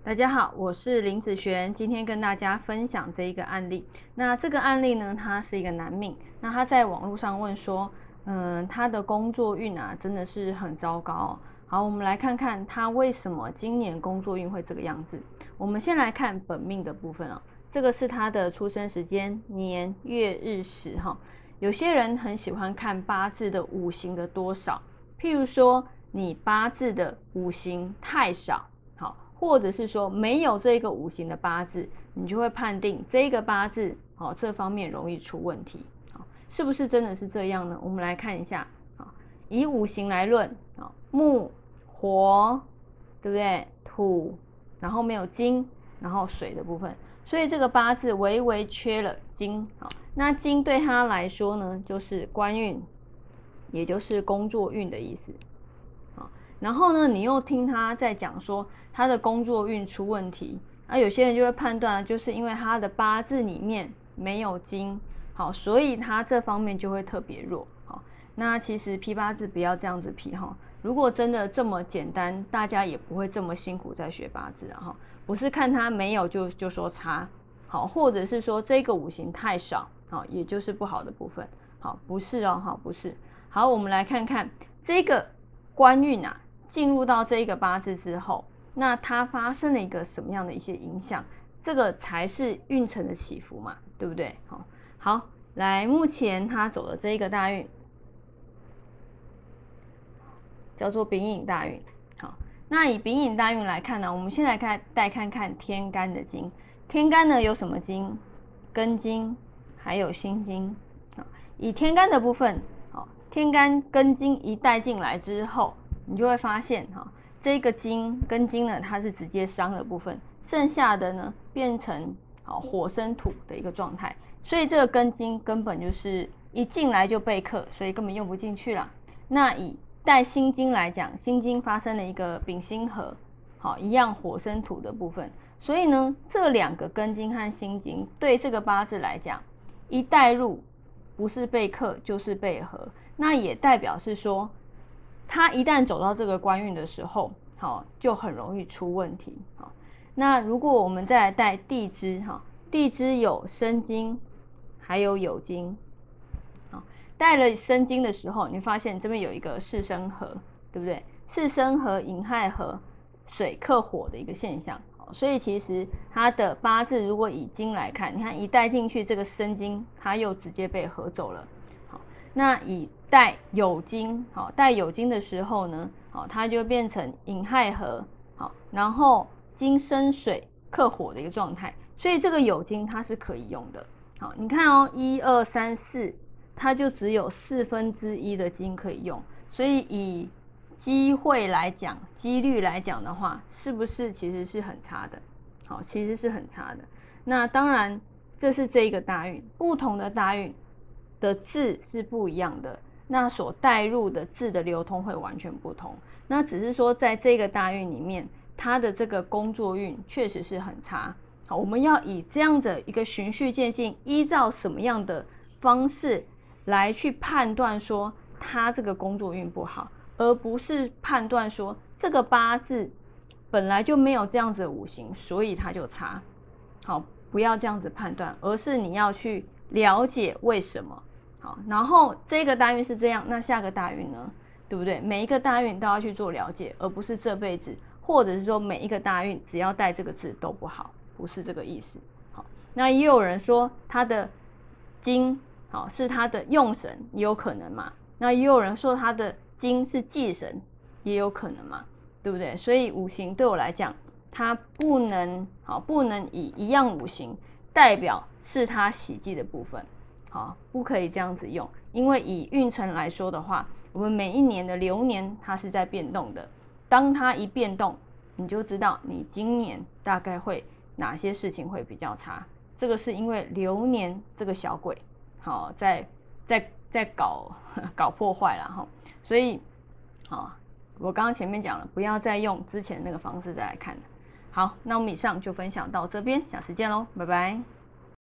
大家好，我是林子璇，今天跟大家分享这一个案例。那这个案例呢，他是一个男命，那他在网络上问说，他的工作运啊，真的是很糟糕哦。好，我们来看看他为什么今年工作运会这个样子。我们先来看本命的部分啊，这个是他的出生时间、年、月、日、时哈。有些人很喜欢看八字的五行的多少，譬如说你八字的五行太少。或者是说没有这个五行的八字，你就会判定这个八字这方面容易出问题，是不是真的是这样呢？我们来看一下，以五行来论，木、火，对不对？土，然后没有金，然后水的部分，所以这个八字微微缺了金，那金对他来说呢，就是官运，也就是工作运的意思。然后呢，你又听他在讲说他的工作运出问题，有些人就会判断，就是因为他的八字里面没有金，好，所以他这方面就会特别弱。好，那其实批八字不要这样子批哈，如果真的这么简单，大家也不会这么辛苦在学八字哈，不是看他没有就说差，好，或者是说这个五行太少，好，也就是不好的部分，好，不是哦，好，不是。好，我们来看看这个官运啊。进入到这一个八字之后，那它发生了一个什么样的一些影响？这个才是运程的起伏嘛，对不对？好，来，目前他走的这一个大运叫做丙寅大运。好，那以丙寅大运来看呢，我们先来看看天干的金。天干呢有什么金？庚金，还有辛金。以天干的部分，天干庚金一带进来之后，你就会发现这个金跟金呢，它是直接伤的部分，剩下的呢变成火生土的一个状态，所以这个庚金根本就是一进来就被克，所以根本用不进去了。那以带辛金来讲，辛金发生了一个丙辛合，一样火生土的部分，所以呢，这两个庚金和辛金对这个八字来讲，一带入不是被克就是被合，那也代表是说。他一旦走到这个官运的时候，就很容易出问题。那如果我们再来带地支，地支有申金，还有酉金。带了申金的时候，你发现这边有一个巳申合，对不对？巳申合、寅亥合，水克火的一个现象。所以其实他的八字如果以金来看，你看一带进去这个申金，他又直接被合走了。那以带酉金，带酉金的时候呢，它就变成寅亥合，然后金生水克火的一个状态，所以这个酉金它是可以用的。好，你看哦，1、2、3、4，它就只有1/4的金可以用，所以以机会来讲，几率来讲的话，是不是其实是很差的？好，其实是很差的。那当然，这是这一个大运，不同的大运。的字是不一样的，那所带入的字的流通会完全不同。那只是说，在这个大运里面，它的这个工作运确实是很差。好，我们要以这样的一个循序渐进，依照什么样的方式来去判断说他这个工作运不好，而不是判断说这个八字本来就没有这样子的五行，所以它就差。好，不要这样子判断，而是你要去了解为什么。好，然后这个大运是这样，那下个大运呢，对不对？每一个大运都要去做了解，而不是这辈子，或者是说每一个大运只要带这个字都不好，不是这个意思。好，那也有人说他的金是他的用神，也有可能嘛。那也有人说他的金是忌神，也有可能嘛，对不对？所以五行对我来讲，它不能以一样五行代表是他喜忌的部分。不可以这样子用，因为以运程来说的话，我们每一年的流年它是在变动的，当它一变动，你就知道你今年大概会哪些事情会比较差。这个是因为流年这个小鬼，在搞破坏啦，所以我刚刚前面讲了，不要再用之前那个方式再来看了。好，那我们以上就分享到这边，下次见喽，拜拜。